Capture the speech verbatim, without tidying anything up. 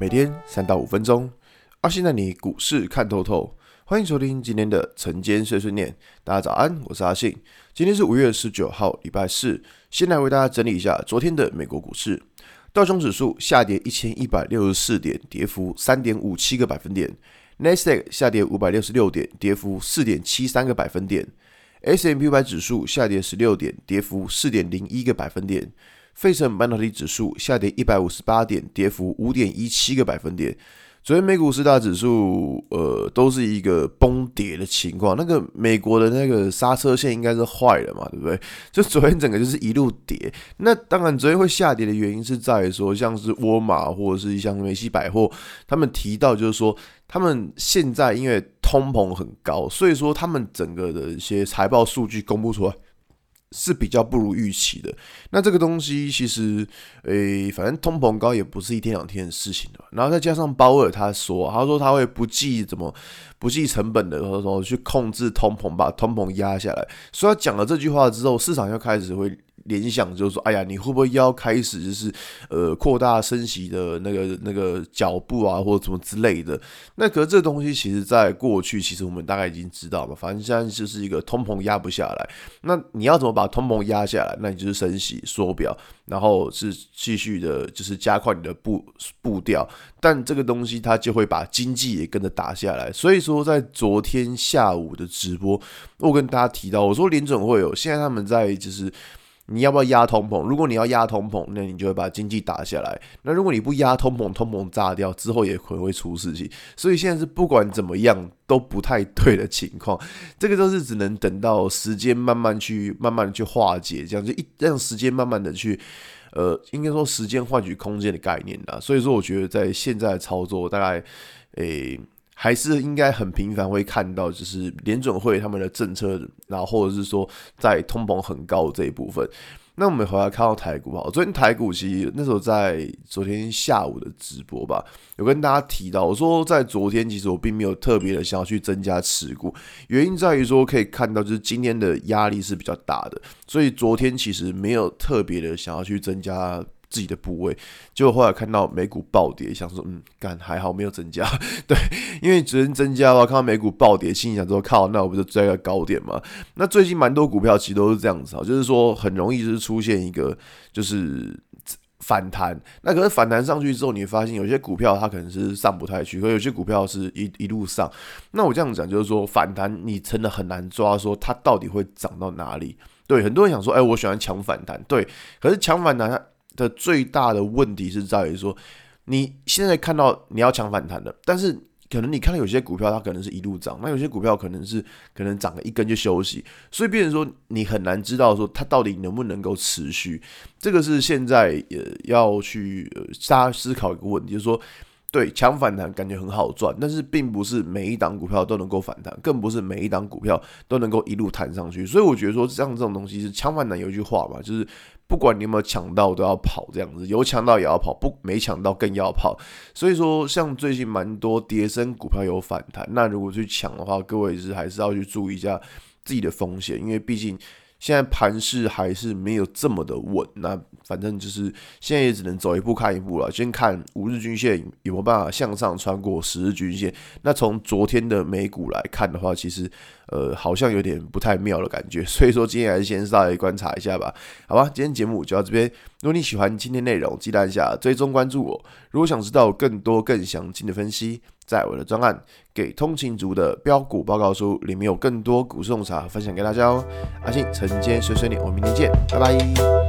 每天三到五分钟，阿信带你股市看透透。欢迎收听今天的晨间碎碎念。大家早安，我是阿信。今天是五月十九号，礼拜四。先来为大家整理一下昨天的美国股市。道琼指数下跌一千一百六十四点，跌幅 三点五七个百分点。Nasdaq 下跌五百六十六点，跌幅 四点七三个百分点。S and P 五百 指数下跌十六点，跌幅 四点零一个百分点。费城半导体指数下跌一百五十八点，跌幅 五点一七个百分点。昨天美股四大指数，呃，都是一个崩跌的情况。那个美国的那个刹车线应该是坏了嘛，对不对？就昨天整个就是一路跌。那当然，昨天会下跌的原因是在于说，像是沃尔玛或者是像梅西百货，他们提到就是说，他们现在因为通膨很高，所以说他们整个的一些财报数据公布出来是比较不如预期的。那这个东西其实，诶，反正通膨高也不是一天两天的事情的。然后再加上鲍尔他说，他说他会不计怎么不计成本的，说去控制通膨，把通膨压下来。所以他讲了这句话之后，市场又开始会联想，就是说，哎呀，你会不会要开始就是呃扩大升息的那个那个脚步啊，或者什么之类的？那可是这东西其实在过去，其实我们大概已经知道嘛，反正现在就是一个通膨压不下来。那你要怎么把通膨压下来？那你就是升息缩表，然后是继续的，就是加快你的步步调。但这个东西它就会把经济也跟着打下来。所以说，在昨天下午的直播，我跟大家提到，我说联准会有现在他们在就是。你要不要压通膨？如果你要压通膨，那你就会把经济打下来。那如果你不压通膨，通膨炸掉之后也可能会出事情。所以现在是不管怎么样都不太对的情况。这个都是只能等到时间慢慢去、慢慢的去化解，这样就一让时间慢慢的去，呃，应该说时间换取空间的概念啦。所以说，我觉得在现在的操作，大概，诶。还是应该很频繁会看到，就是联准会他们的政策，然后或者是说在通膨很高这一部分。那我们回来看到台股，好，昨天台股其实那时候在昨天下午的直播吧，有跟大家提到，我说在昨天其实我并没有特别的想要去增加持股，原因在于说可以看到就是今天的压力是比较大的，所以昨天其实没有特别的想要去增加自己的部位，结果后来看到美股暴跌，想说嗯，干还好没有增加，对，因为昨天增加的话，看到美股暴跌，心里想说靠，那我不就追个高点吗？那最近蛮多股票其实都是这样子啊，就是说很容易就是出现一个就是反弹，那可是反弹上去之后，你会发现有些股票它可能是上不太去，可有些股票是一一路上。那我这样讲就是说，反弹你真的很难抓，说它到底会涨到哪里？对，很多人想说，哎、欸，我喜欢抢反弹，对，可是抢反弹的最大的问题是在于说，你现在看到你要抢反弹了，但是可能你看到有些股票它可能是一路涨，那有些股票可能是可能涨了一根就休息，所以变成说你很难知道说它到底能不能够持续。这个是现在呃要去呃大家思考一个问题，就是说。对，抢反弹感觉很好赚，但是并不是每一档股票都能够反弹，更不是每一档股票都能够一路弹上去。所以我觉得说，像这种东西是抢反弹有一句话嘛，就是不管你有没有抢到都要跑，这样子有抢到也要跑，不没抢到更要跑。所以说，像最近蛮多跌升股票有反弹，那如果去抢的话，各位是还是要去注意一下自己的风险，因为毕竟。现在盘势还是没有这么的稳，那反正就是现在也只能走一步看一步了。先看五日均线有没有办法向上穿过十日均线。那从昨天的美股来看的话，其实呃好像有点不太妙的感觉，所以说今天还是先稍微观察一下吧。好吧，今天节目就到这边。如果你喜欢今天内容，记得按下追踪关注我。如果想知道更多更详尽的分析，在我的专案给通勤族的标股报告书里面有更多股市洞察分享给大家哦。阿信晨间碎碎念，我们明天见，拜拜。